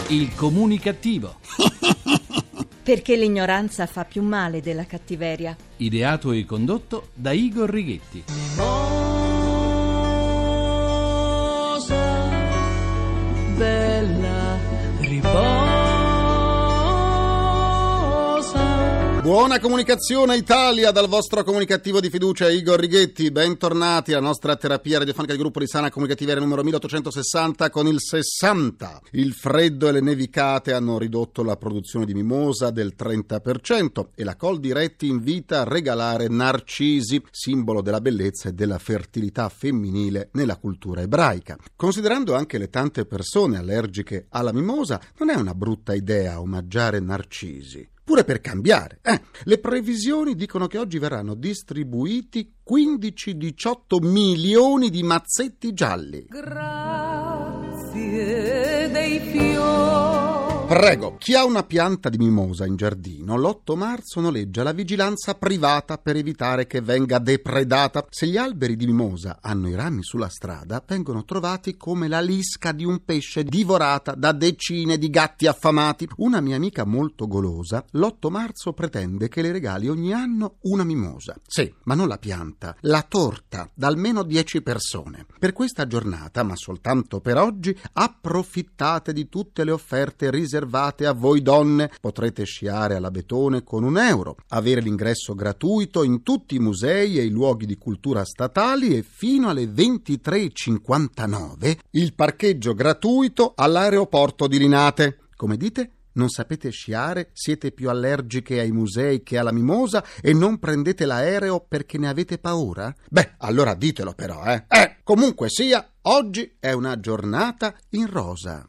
Il comunicativo. Perché l'ignoranza fa più male della cattiveria. Ideato e condotto da Igor Righetti. Mimosa, bella, riposa. Buona comunicazione Italia dal vostro comunicativo di fiducia Igor Righetti. Bentornati alla nostra terapia radiofonica di gruppo di Sana Comunicativeria numero 1860 con il 60. Il freddo e le nevicate hanno ridotto la produzione di mimosa del 30% e la Coldiretti invita a regalare narcisi, simbolo della bellezza e della fertilità femminile nella cultura ebraica. Considerando anche le tante persone allergiche alla mimosa, non è una brutta idea omaggiare narcisi. Pure per cambiare. Le previsioni dicono che oggi verranno distribuiti 15-18 milioni di mazzetti gialli. Grazie dei fiori. Prego, chi ha una pianta di mimosa in giardino, l'8 marzo noleggia la vigilanza privata per evitare che venga depredata. Se gli alberi di mimosa hanno i rami sulla strada, vengono trovati come la lisca di un pesce divorata da decine di gatti affamati. Una mia amica molto golosa, l'8 marzo pretende che le regali ogni anno una mimosa. Sì, ma non la pianta, la torta, da almeno 10 persone. Per questa giornata, ma soltanto per oggi, approfittate di tutte le offerte riservate a voi donne. Potrete sciare all'Abetone con €1, avere l'ingresso gratuito in tutti i musei e i luoghi di cultura statali e fino alle 23:59 il parcheggio gratuito all'aeroporto di Linate. Come dite? Non sapete sciare? Siete più allergiche ai musei che alla mimosa e non prendete l'aereo perché ne avete paura? Beh, allora ditelo però, Comunque sia, oggi è una giornata in rosa.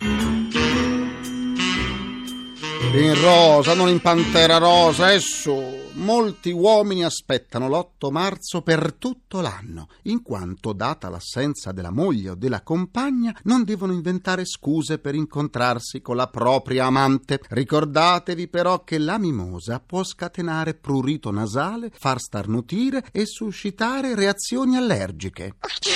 In rosa, non in pantera rosa, esso. Molti uomini aspettano l'8 marzo per tutto l'anno, in quanto, data l'assenza della moglie o della compagna, non devono inventare scuse per incontrarsi con la propria amante. Ricordatevi però che la mimosa può scatenare prurito nasale, far starnutire e suscitare reazioni allergiche.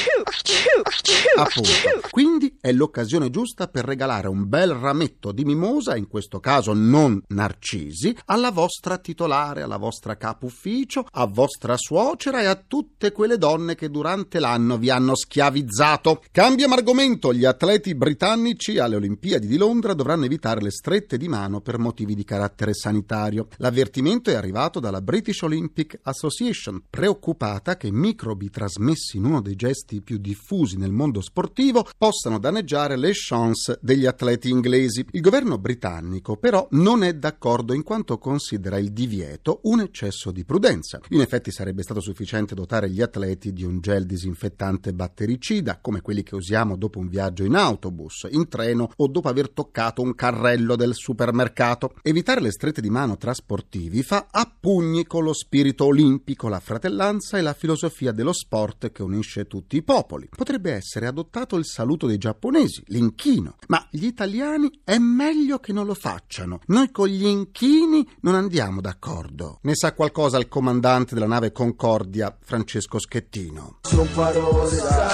Appunto. Quindi è l'occasione giusta per regalare un bel rametto di mimosa, in questo caso non narcisi, alla vostra titolare, alla vostra capo ufficio, a vostra suocera e a tutte quelle donne che durante l'anno vi hanno schiavizzato. Cambiamo argomento. Gli atleti britannici alle Olimpiadi di Londra dovranno evitare le strette di mano per motivi di carattere sanitario. L'avvertimento è arrivato dalla British Olympic Association, preoccupata che microbi trasmessi in uno dei gesti più diffusi nel mondo sportivo possano danneggiare le chance degli atleti inglesi. Il governo britannico però non è d'accordo, in quanto considera il divieto un eccesso di prudenza. In effetti sarebbe stato sufficiente dotare gli atleti di un gel disinfettante battericida, come quelli che usiamo dopo un viaggio in autobus, in treno o dopo aver toccato un carrello del supermercato. Evitare le strette di mano tra sportivi fa a pugni con lo spirito olimpico, la fratellanza e la filosofia dello sport che unisce tutti i popoli. Potrebbe essere adottato il saluto dei giapponesi, l'inchino, ma gli italiani è meglio che non lo facciano. Noi con gli inchini non andiamo d'accordo. Ne sa qualcosa il comandante della nave Concordia, Francesco Schettino. Sono parole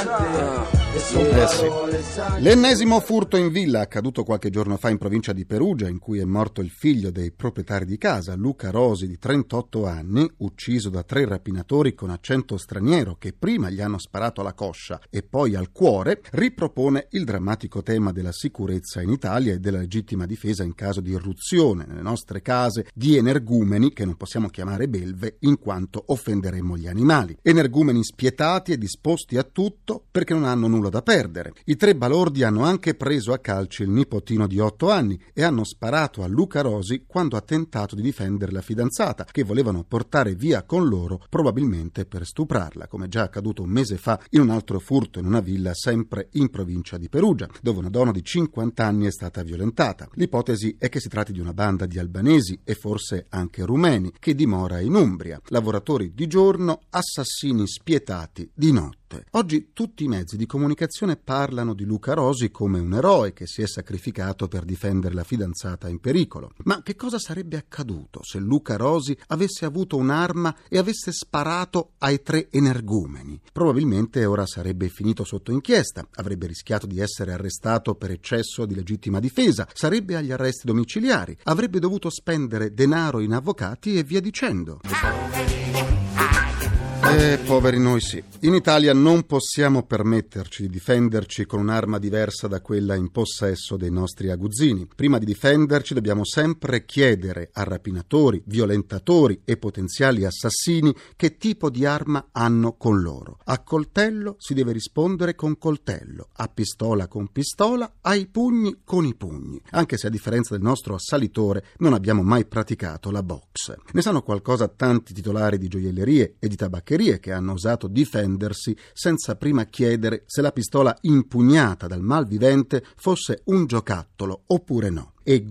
sante e sono parole sante. L'ennesimo furto in villa, accaduto qualche giorno fa in provincia di Perugia, in cui è morto il figlio dei proprietari di casa, Luca Rosi, di 38 anni, ucciso da 3 rapinatori con accento straniero che prima gli hanno sparato alla coscia e poi al cuore, ripropone il drammatico tema della sicurezza in Italia e della legittima difesa in caso di irruzione nelle nostre case di energumeni che non possiamo chiamare belve in quanto offenderemmo gli animali. Energumeni spietati e disposti a tutto perché non hanno nulla da perdere. I 3 balordi hanno anche preso a calci il nipotino di 8 anni e hanno sparato a Luca Rosi quando ha tentato di difendere la fidanzata, che volevano portare via con loro, probabilmente per stuprarla, come già accaduto un mese fa in un altro furto in una villa sempre in provincia di Perugia, dove una donna di 50 anni è stata violentata. L'ipotesi è che si tratti di una banda di albanesi e forse anche rumeni che dimora in Umbria. Lavoratori di giorno, assassini spietati di notte. Oggi tutti i mezzi di comunicazione comunicazione parlano di Luca Rosi come un eroe che si è sacrificato per difendere la fidanzata in pericolo. Ma che cosa sarebbe accaduto se Luca Rosi avesse avuto un'arma e avesse sparato ai 3 energumeni? Probabilmente ora sarebbe finito sotto inchiesta, avrebbe rischiato di essere arrestato per eccesso di legittima difesa, sarebbe agli arresti domiciliari, avrebbe dovuto spendere denaro in avvocati e via dicendo. Poveri noi sì. In Italia non possiamo permetterci di difenderci con un'arma diversa da quella in possesso dei nostri aguzzini. Prima di difenderci dobbiamo sempre chiedere a rapinatori, violentatori e potenziali assassini che tipo di arma hanno con loro. A coltello si deve rispondere con coltello, a pistola con pistola, ai pugni con i pugni. Anche se a differenza del nostro assalitore non abbiamo mai praticato la box. Ne sanno qualcosa tanti titolari di gioiellerie e di tabaccherie che hanno osato difendersi senza prima chiedere se la pistola impugnata dal malvivente fosse un giocattolo oppure no. E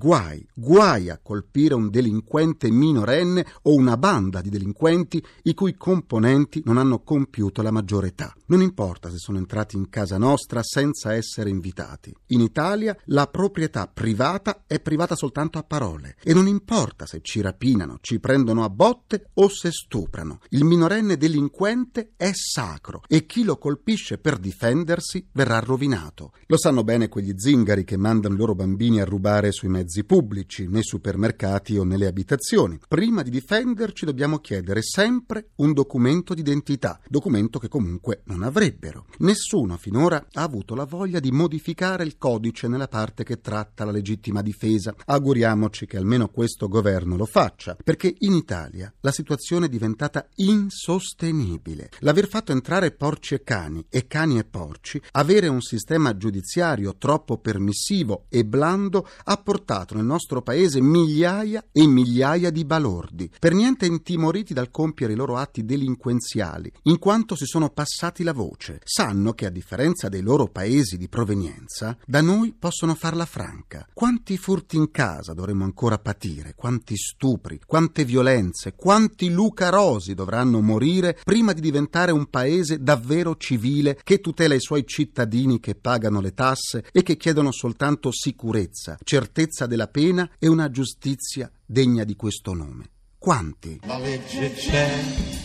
guai a colpire un delinquente minorenne o una banda di delinquenti i cui componenti non hanno compiuto la maggiore età. Non importa se sono entrati in casa nostra senza essere invitati. In Italia la proprietà privata è privata soltanto a parole e non importa se ci rapinano, ci prendono a botte o se stuprano. Il minorenne delinquente è sacro e chi lo colpisce per difendersi verrà rovinato. Lo sanno bene quegli zingari che mandano i loro bambini a rubare sui mezzi pubblici, nei supermercati o nelle abitazioni. Prima di difenderci dobbiamo chiedere sempre un documento d'identità, documento che comunque non avrebbero. Nessuno finora ha avuto la voglia di modificare il codice nella parte che tratta la legittima difesa. Auguriamoci che almeno questo governo lo faccia, perché in Italia la situazione è diventata insostenibile. L'aver fatto entrare porci e cani e porci, avere un sistema giudiziario troppo permissivo e blando ha portato nel nostro paese migliaia e migliaia di balordi, per niente intimoriti dal compiere i loro atti delinquenziali, in quanto si sono passati la voce. Sanno che a differenza dei loro paesi di provenienza, da noi possono farla franca. Quanti furti in casa dovremmo ancora patire, quanti stupri, quante violenze, quanti Luca Rosi dovranno morire prima di diventare un paese davvero civile che tutela i suoi cittadini che pagano le tasse e che chiedono soltanto sicurezza, certezza della pena e una giustizia degna di questo nome. Quanti? La legge c'è,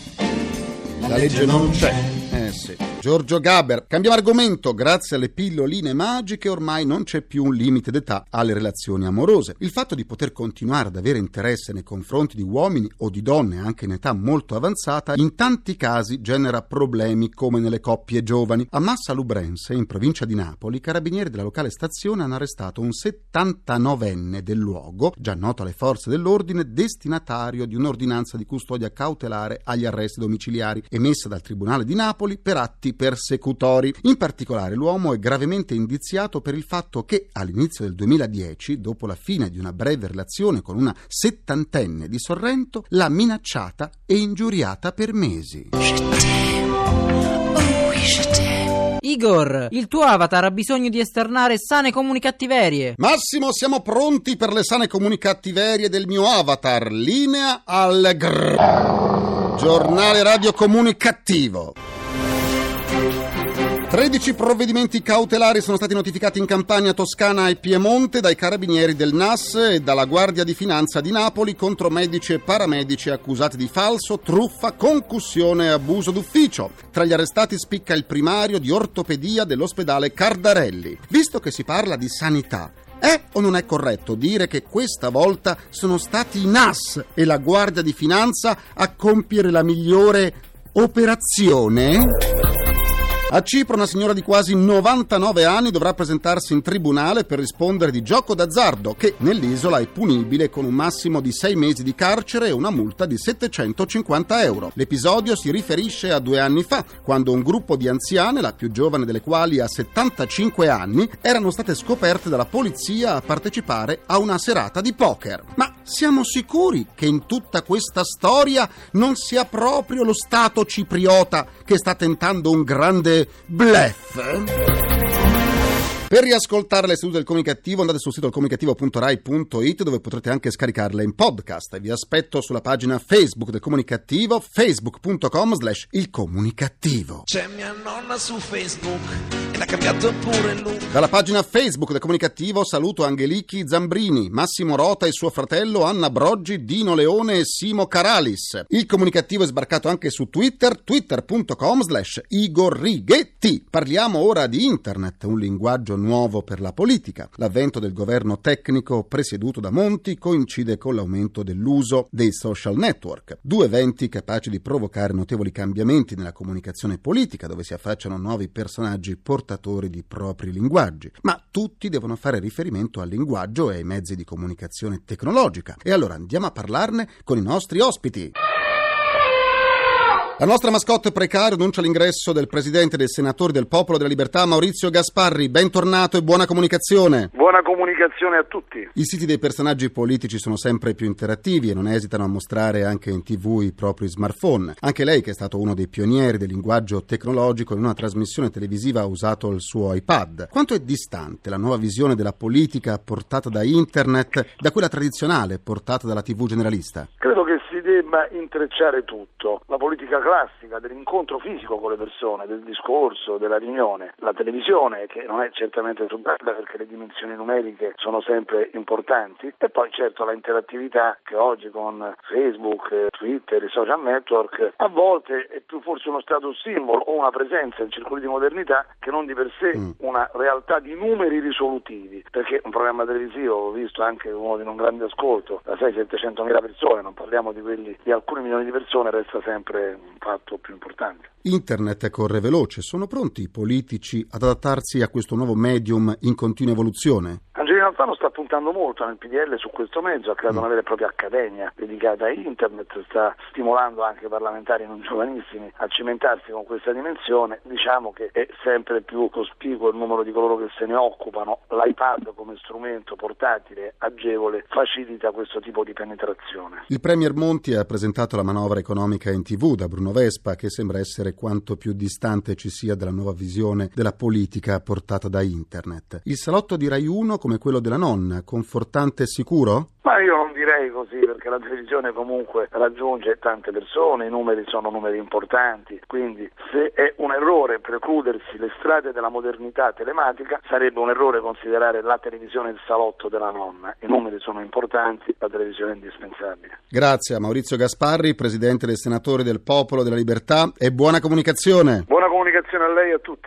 La legge non c'è. Sì. Giorgio Gaber. Cambiamo argomento. Grazie alle pilloline magiche ormai non c'è più un limite d'età alle relazioni amorose. Il fatto di poter continuare ad avere interesse nei confronti di uomini o di donne anche in età molto avanzata in tanti casi genera problemi come nelle coppie giovani. A Massa Lubrense, in provincia di Napoli, i carabinieri della locale stazione hanno arrestato un 79enne del luogo, già noto alle forze dell'ordine, destinatario di un'ordinanza di custodia cautelare agli arresti domiciliari emessa dal Tribunale di Napoli per atti persecutori. In particolare l'uomo è gravemente indiziato per il fatto che all'inizio del 2010, dopo la fine di una breve relazione con una 70enne di Sorrento, l'ha minacciata e ingiuriata per mesi. Igor, il tuo avatar ha bisogno di esternare sane comunicattiverie. Massimo, siamo pronti per le sane comunicattiverie del mio avatar. Linea al giornale radio comunicativo. 13 provvedimenti cautelari sono stati notificati in Campania, Toscana e Piemonte dai carabinieri del NAS e dalla Guardia di Finanza di Napoli contro medici e paramedici accusati di falso, truffa, concussione e abuso d'ufficio. Tra gli arrestati spicca il primario di ortopedia dell'ospedale Cardarelli. Visto che si parla di sanità, è o non è corretto dire che questa volta sono stati i NAS e la Guardia di Finanza a compiere la migliore operazione? A Cipro una signora di quasi 99 anni dovrà presentarsi in tribunale per rispondere di gioco d'azzardo che nell'isola è punibile con un massimo di 6 mesi di carcere e una multa di 750 euro. L'episodio si riferisce a 2 anni fa, quando un gruppo di anziane, la più giovane delle quali ha 75 anni, erano state scoperte dalla polizia a partecipare a una serata di poker. Ma siamo sicuri che in tutta questa storia non sia proprio lo Stato cipriota che sta tentando un grande bluff? Per riascoltare le sedute del Comunicativo andate sul sito comunicativo.rai.it, dove potrete anche scaricarle in podcast. Vi aspetto sulla pagina Facebook del Comunicativo, facebook.com/ilcomunicativo. c'è mia nonna su Facebook e l'ha cambiato pure lui. Dalla pagina Facebook del Comunicativo saluto Angelichi Zambrini, Massimo Rota e suo fratello, Anna Broggi, Dino Leone e Simo Caralis. Il Comunicativo è sbarcato anche su Twitter, twitter.com/Igor Righetti. Parliamo ora di Internet, un linguaggio nuovo per la politica. L'avvento del governo tecnico presieduto da Monti coincide con l'aumento dell'uso dei social network. Due eventi capaci di provocare notevoli cambiamenti nella comunicazione politica, dove si affacciano nuovi personaggi portatori di propri linguaggi. Ma tutti devono fare riferimento al linguaggio e ai mezzi di comunicazione tecnologica. E allora andiamo a parlarne con i nostri ospiti. La nostra mascotte precario annuncia l'ingresso del presidente dei senatori del Popolo della Libertà, Maurizio Gasparri. Bentornato e buona comunicazione. Buona comunicazione a tutti. I siti dei personaggi politici sono sempre più interattivi e non esitano a mostrare anche in TV i propri smartphone. Anche lei, che è stato uno dei pionieri del linguaggio tecnologico, in una trasmissione televisiva ha usato il suo iPad. Quanto è distante la nuova visione della politica portata da Internet da quella tradizionale portata dalla TV generalista? Credo che si debba intrecciare tutto. La politica classica dell'incontro fisico con le persone, del discorso, della riunione, la televisione, che non è certamente superata perché le dimensioni numeriche sono sempre importanti, e poi certo la interattività che oggi con Facebook, Twitter, i social network a volte è più forse uno status symbol o una presenza in circoli di modernità che non di per sé una realtà di numeri risolutivi, perché un programma televisivo, ho visto anche uno di un grande ascolto da 600-700 mila persone, non parliamo di quelli di alcuni milioni di persone, resta sempre un fatto più importante. Internet corre veloce, sono pronti i politici ad adattarsi a questo nuovo medium in continua evoluzione? Angelino Alfano sta puntando molto nel PDL su questo mezzo, ha creato una vera e propria accademia dedicata a Internet, sta stimolando anche i parlamentari non giovanissimi a cimentarsi con questa dimensione. Diciamo che è sempre più cospicuo il numero di coloro che se ne occupano. L'iPad come strumento portatile, agevole, facilita questo tipo di penetrazione. Il Premier Monti ha presentato la manovra economica in TV da Bruno Vespa, che sembra essere quanto più distante ci sia dalla nuova visione della politica portata da Internet. Il salotto di Rai 1 come quello della nonna, confortante e sicuro? Ma io non direi così, perché la televisione comunque raggiunge tante persone, i numeri sono numeri importanti, quindi se è un errore precludersi le strade della modernità telematica, sarebbe un errore considerare la televisione il salotto della nonna. I numeri sono importanti, la televisione è indispensabile. Grazie a Maurizio Gasparri, presidente dei senatori del Popolo della Libertà, e buona comunicazione. Buona comunicazione a lei e a tutti.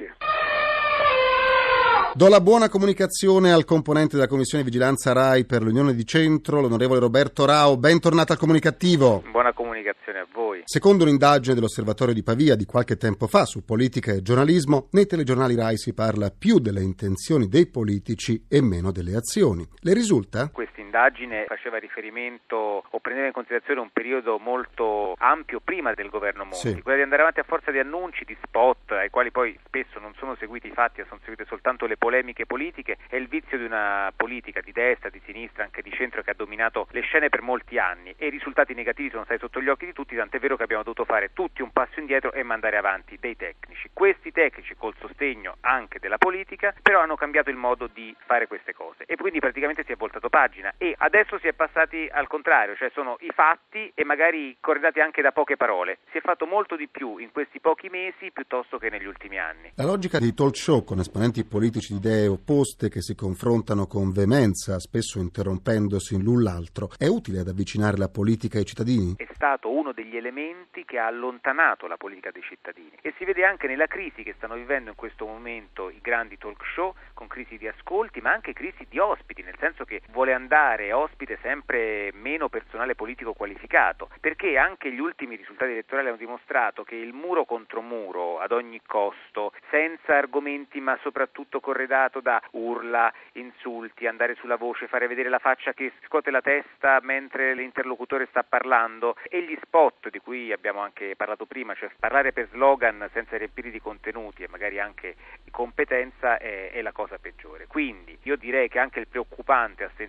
Do la buona comunicazione al componente della Commissione Vigilanza RAI per l'Unione di Centro, l'onorevole Roberto Rao. Bentornato al Comunicativo. Buona comunicazione a voi. Secondo un'indagine dell'Osservatorio di Pavia di qualche tempo fa su politica e giornalismo, nei telegiornali RAI si parla più delle intenzioni dei politici e meno delle azioni. Le risulta? Questa indagine faceva riferimento o prendeva in considerazione un periodo molto ampio prima del governo Monti, sì, quella di andare avanti a forza di annunci, di spot, ai quali poi spesso non sono seguiti i fatti, sono seguite soltanto le polemiche politiche. È il vizio di una politica di destra, di sinistra, anche di centro, che ha dominato le scene per molti anni, e i risultati negativi sono stati sotto gli occhi di tutti, tant'è vero che abbiamo dovuto fare tutti un passo indietro e mandare avanti dei tecnici. Questi tecnici, col sostegno anche della politica, però hanno cambiato il modo di fare queste cose, e quindi praticamente si è voltato pagina, e adesso si è passati al contrario, cioè sono i fatti e magari corredati anche da poche parole. Si è fatto molto di più in questi pochi mesi piuttosto che negli ultimi anni. La logica di talk show con esponenti politici di idee opposte che si confrontano con veemenza, spesso interrompendosi l'un l'altro, è utile ad avvicinare la politica ai cittadini? È stato uno degli elementi che ha allontanato la politica dai cittadini, e si vede anche nella crisi che stanno vivendo in questo momento i grandi talk show, con crisi di ascolti ma anche crisi di ospiti, nel senso che vuole andare ospite sempre meno personale politico qualificato, perché anche gli ultimi risultati elettorali hanno dimostrato che il muro contro muro ad ogni costo, senza argomenti ma soprattutto corredato da urla, insulti, andare sulla voce, fare vedere la faccia che scuote la testa mentre l'interlocutore sta parlando, e gli spot di cui abbiamo anche parlato prima, cioè parlare per slogan senza riempire di contenuti e magari anche di competenza, è la cosa peggiore. Quindi io direi che anche il preoccupante astensionismo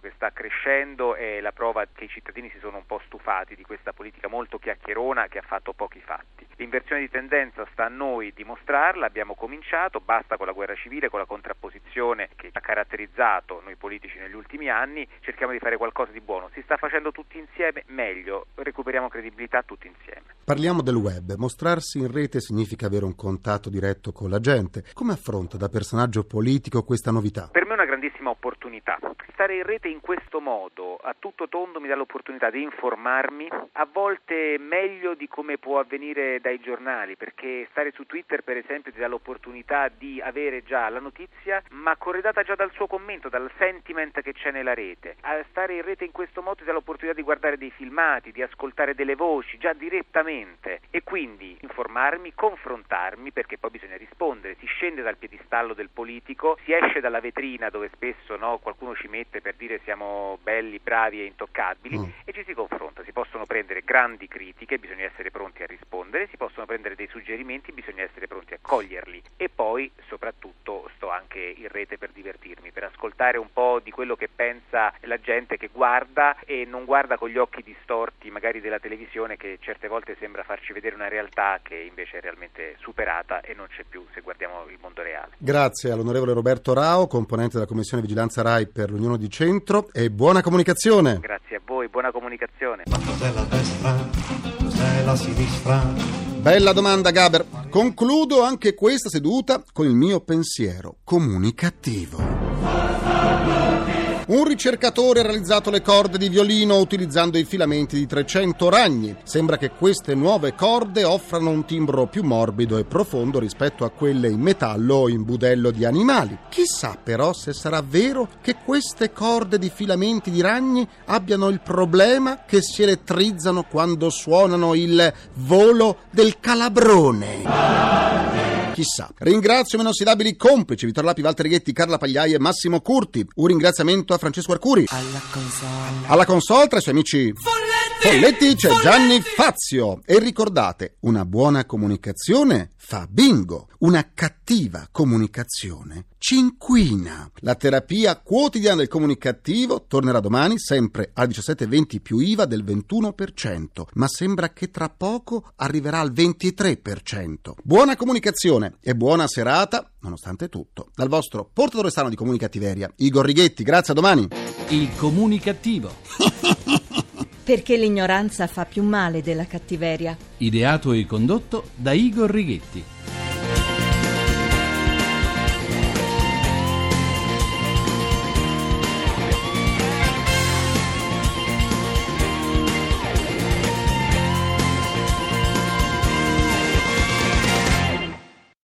che sta crescendo è la prova che i cittadini si sono un po' stufati di questa politica molto chiacchierona che ha fatto pochi fatti. L'inversione di tendenza sta a noi dimostrarla, abbiamo cominciato, basta con la guerra civile, con la contrapposizione che ha caratterizzato noi politici negli ultimi anni, cerchiamo di fare qualcosa di buono, si sta facendo tutti insieme, meglio, recuperiamo credibilità tutti insieme. Parliamo del web. Mostrarsi in rete significa avere un contatto diretto con la gente. Come affronta da personaggio politico questa novità? Per me è una grandissima opportunità. Stare in rete in questo modo, a tutto tondo, mi dà l'opportunità di informarmi, a volte meglio di come può avvenire dai giornali, perché stare su Twitter, per esempio, ti dà l'opportunità di avere già la notizia, ma corredata già dal suo commento, dal sentiment che c'è nella rete. A stare in rete in questo modo ti dà l'opportunità di guardare dei filmati, di ascoltare delle voci, già direttamente, e quindi informarmi, confrontarmi, perché poi bisogna rispondere. Si scende dal piedistallo del politico, si esce dalla vetrina dove spesso qualcuno ci mette per dire siamo belli, bravi e intoccabili, e ci si confronta. Si possono prendere grandi critiche, bisogna essere pronti a rispondere, si possono prendere dei suggerimenti, bisogna essere pronti a coglierli, e poi soprattutto sto anche in rete per divertirmi, per ascoltare un po' di quello che pensa la gente che guarda e non guarda con gli occhi distorti magari della televisione, che certe volte sembra farci vedere una realtà che invece è realmente superata e non c'è più se guardiamo il mondo reale. Grazie all'onorevole Roberto Rao, componente della Commissione Vigilanza Rai per l'Unione di Centro, e buona comunicazione. Grazie a voi, buona comunicazione. Ma cos'è la destra? Cos'è la sinistra? Bella domanda, Gaber. Concludo anche questa seduta con il mio pensiero comunicativo. Un ricercatore ha realizzato le corde di violino utilizzando i filamenti di 300 ragni. Sembra che queste nuove corde offrano un timbro più morbido e profondo rispetto a quelle in metallo o in budello di animali. Chissà però se sarà vero che queste corde di filamenti di ragni abbiano il problema che si elettrizzano quando suonano il volo del calabrone. Chissà. Ringrazio i miei inossidabili complici Vittorio Lapi, Walter Righetti, Carla Pagliai e Massimo Curti. Un ringraziamento a Francesco Arcuri. Alla console tra i suoi amici Folletti c'è Gianni Fazio. E ricordate, una buona comunicazione fa bingo, una cattiva comunicazione ci inquina. La terapia quotidiana del comunicativo tornerà domani, sempre a 17,20 più IVA del 21%, ma sembra che tra poco arriverà al 23%. Buona comunicazione e buona serata, nonostante tutto. Dal vostro portatore sano di comunicattiveria, Igor Righetti. Grazie, a domani. Il comunicativo. Perché l'ignoranza fa più male della cattiveria. Ideato e condotto da Igor Righetti.